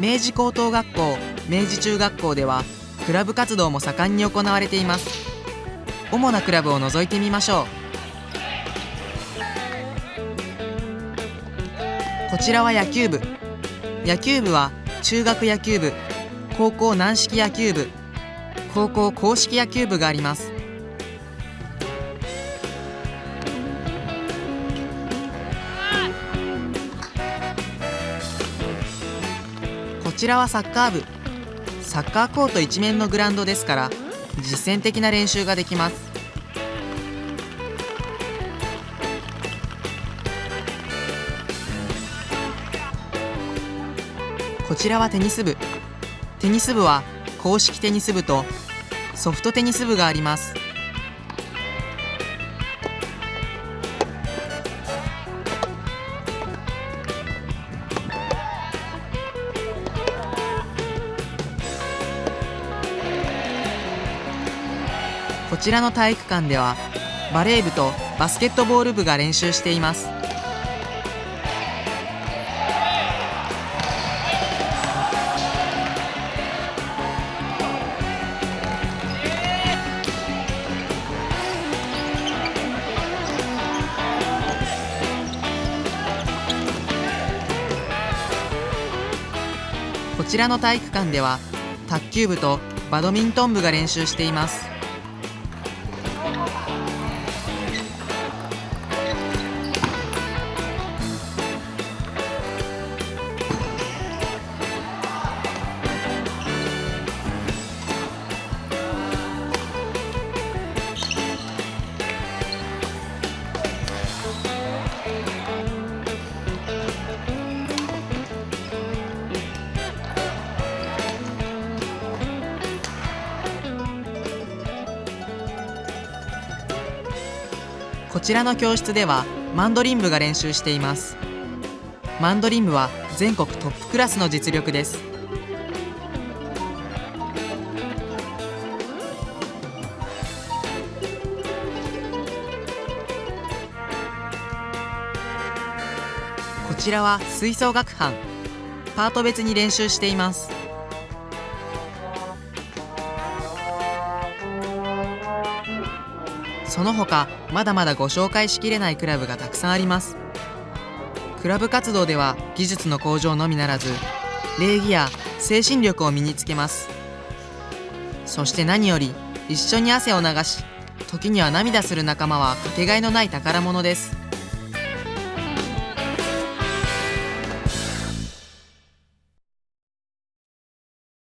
明治高等学校、明治中学校ではクラブ活動も盛んに行われています。主なクラブを覗いてみましょう。こちらは野球部。野球部は中学野球部、高校軟式野球部、高校硬式野球部があります。こちらはサッカー部。サッカーコート一面のグラウンドですから実践的な練習ができます。こちらはテニス部。テニス部は硬式テニス部とソフトテニス部があります。こちらの体育館ではバレー部とバスケットボール部が練習しています。こちらの体育館では卓球部とバドミントン部が練習しています。こちらの教室ではマンドリン部が練習しています。マンドリン部は全国トップクラスの実力です。こちらは吹奏楽班。パート別に練習しています。その他まだまだご紹介しきれないクラブがたくさんあります。クラブ活動では技術の向上のみならず礼儀や精神力を身につけます。そして何より一緒に汗を流し時には涙する仲間はかけがえのない宝物です。